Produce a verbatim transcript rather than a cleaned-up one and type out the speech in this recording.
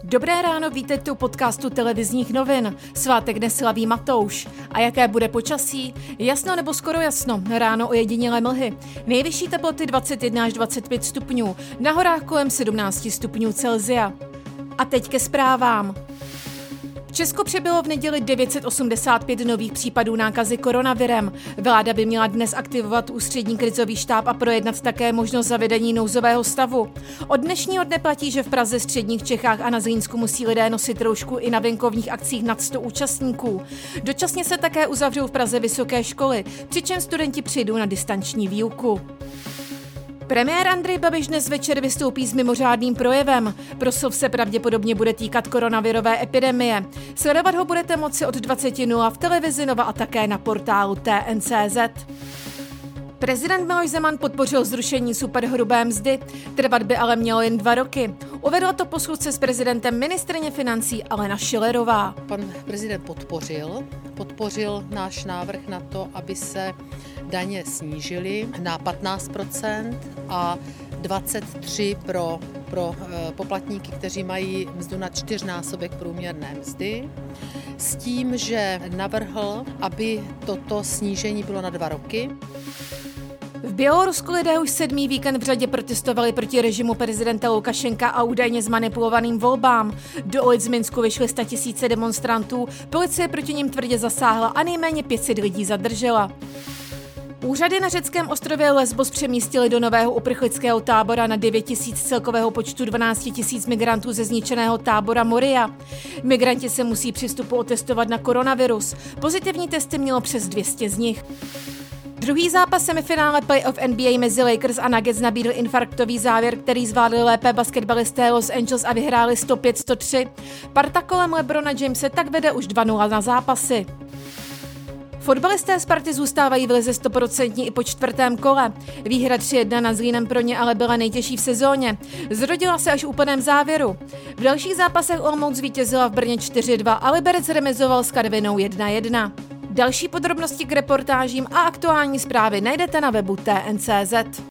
Dobré ráno, vítejte u podcastu televizních novin. Svátek dnes slaví Matouš. A jaké bude počasí? Jasno nebo skoro jasno, ráno ojedinělé mlhy. Nejvyšší teploty dvacet jedna až dvacet pět stupňů, na horách kolem sedmnáct stupňů Celsia. A teď ke zprávám. V Česku přibylo v neděli devět set osmdesát pět nových případů nákazy koronavirem. Vláda by měla dnes aktivovat ústřední krizový štáb a projednat také možnost zavedení nouzového stavu. Od dnešního dne platí, že v Praze, středních Čechách a na Zlínsku musí lidé nosit roušku i na venkovních akcích nad sto účastníků. Dočasně se také uzavřou v Praze vysoké školy, přičemž studenti přijdou na distanční výuku. Premiér Andrej Babiš dnes večer vystoupí s mimořádným projevem. Proslov se pravděpodobně bude týkat koronavirové epidemie. Sledovat ho budete moci od dvacet nula v televizi Nova a také na portálu T N C Z. Prezident Miloš Zeman podpořil zrušení superhrubé mzdy, trvat by ale mělo jen dva roky. Uvedla to po schůzce s prezidentem ministryně financí Alena Schillerová. Pan prezident podpořil, podpořil náš návrh na to, aby se daně snížily na patnáct procent a dvacet tři procent pro, pro e, poplatníky, kteří mají mzdu na čtyřnásobek průměrné mzdy, s tím, že navrhl, aby toto snížení bylo na dva roky. V Bělorusku lidé už sedmý víkend v řadě protestovali proti režimu prezidenta Lukašenka a údajně zmanipulovaným volbám. Do ulic z Minsku vyšly statisíce demonstrantů, policie proti nim tvrdě zasáhla a nejméně pět set lidí zadržela. Úřady na řeckém ostrově Lesbos přemístili do nového uprchlického tábora na devět tisíc celkového počtu dvanáct tisíc migrantů ze zničeného tábora Moria. Migranti se musí při vstupu otestovat na koronavirus. Pozitivní testy mělo přes dvě stě z nich. Druhý zápas semifinále playoff N B A mezi Lakers a Nuggets nabídl infarktový závěr, který zvládli lépe basketbalisté Los Angeles a vyhráli sto pět sto tři. Parta kolem LeBrona Jamese tak vede už dva nula na zápasy. Fotbalisté Sparty zůstávají v lize stoprocentní i po čtvrtém kole. Výhra tři jedna nad Zlínem pro ně ale byla nejtěžší v sezóně. Zrodila se až v úplném závěru. V dalších zápasech Olomouc zvítězila v Brně čtyři dva a Liberec remizoval s Karvinou jedna jedna. Další podrobnosti k reportážím a aktuální zprávy najdete na webu T N C Z.